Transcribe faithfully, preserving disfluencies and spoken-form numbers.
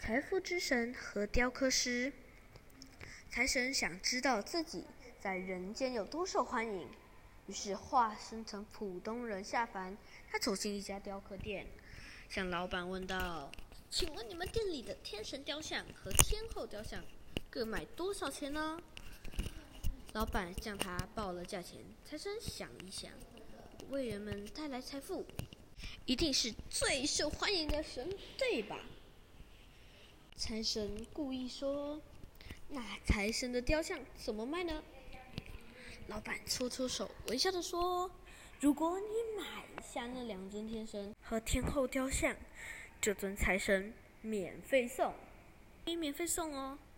财富之神和雕刻师。财神想知道自己在人间有多受欢迎，于是化身成普通人下凡。他走进一家雕刻店，向老板问道：“请问你们店里的天神雕像和天后雕像各卖多少钱呢？”老板向他报了价钱。财神想一想，为人们带来财富，一定是最受欢迎的神，对吧？财神故意说：“那财神的雕像怎么卖呢？”老板搓搓手，微笑地说：“如果你买下那两尊天神和天后雕像，这尊财神免费送，可以免费送哦。”